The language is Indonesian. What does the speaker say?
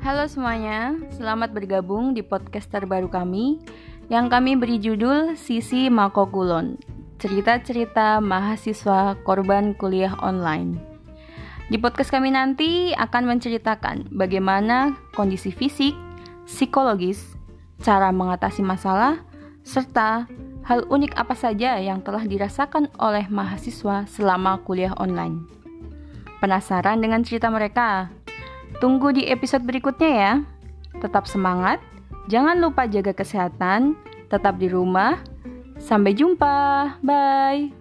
Halo semuanya, selamat bergabung di podcast terbaru kami yang kami beri judul Sisi Mako Kulon, cerita-cerita mahasiswa korban kuliah online. Di podcast kami nanti akan menceritakan bagaimana kondisi fisik, psikologis, cara mengatasi masalah, serta hal unik apa saja yang telah dirasakan oleh mahasiswa selama kuliah online. Penasaran dengan cerita mereka? Tunggu di episode berikutnya ya. Tetap semangat, jangan lupa jaga kesehatan, tetap di rumah. Sampai jumpa, bye.